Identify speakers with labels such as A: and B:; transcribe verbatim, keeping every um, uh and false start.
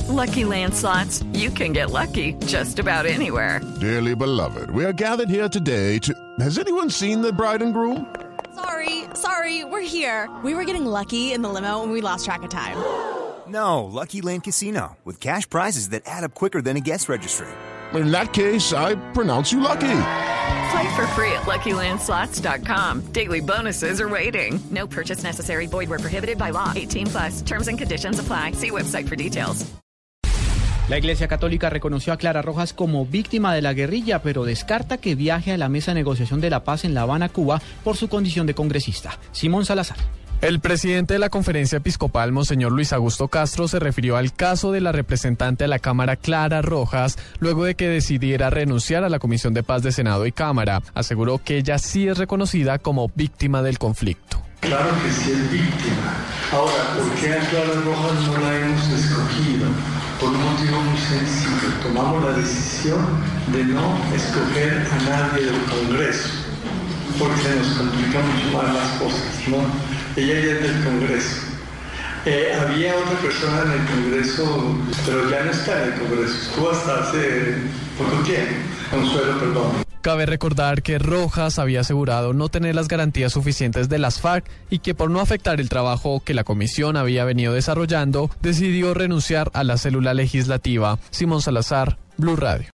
A: Lucky Land Slots, you can get lucky just about anywhere.
B: Dearly beloved, we are gathered here today to... Has anyone seen the bride and groom?
C: Sorry, sorry, we're here. We were getting lucky in the limo and we lost track of time.
D: No, Lucky Land Casino, with cash prizes that add up quicker than a guest registry.
B: In that case, I pronounce you lucky.
A: Play for free at Lucky Land Slots dot com. Daily bonuses are waiting. No purchase necessary. Void where prohibited by law. eighteen plus. Terms and conditions apply. See website for details.
E: La Iglesia Católica reconoció a Clara Rojas como víctima de la guerrilla, pero descarta que viaje a la mesa de negociación de la paz en La Habana, Cuba, por su condición de congresista. Simón Salazar.
F: El presidente de la Conferencia Episcopal, Monseñor Luis Augusto Castro, se refirió al caso de la representante a la Cámara Clara Rojas, luego de que decidiera renunciar a la Comisión de Paz de Senado y Cámara. Aseguró que ella sí es reconocida como víctima del conflicto.
G: Claro que sí es víctima. Ahora, ¿por qué a Clara Rojas no la hemos escogido? Por un motivo muy sencillo. Tomamos la decisión de no escoger a nadie del Congreso, porque se nos complican mucho más las cosas, ¿no? Ella ya es del Congreso. Eh, había otra persona en el Congreso, pero ya no está en el Congreso. Estuvo hasta hace poco tiempo. Consuelo, perdón.
F: Cabe recordar que Rojas había asegurado no tener las garantías suficientes de las FARC y que por no afectar el trabajo que la comisión había venido desarrollando, decidió renunciar a la célula legislativa. Simón Salazar, Blue Radio.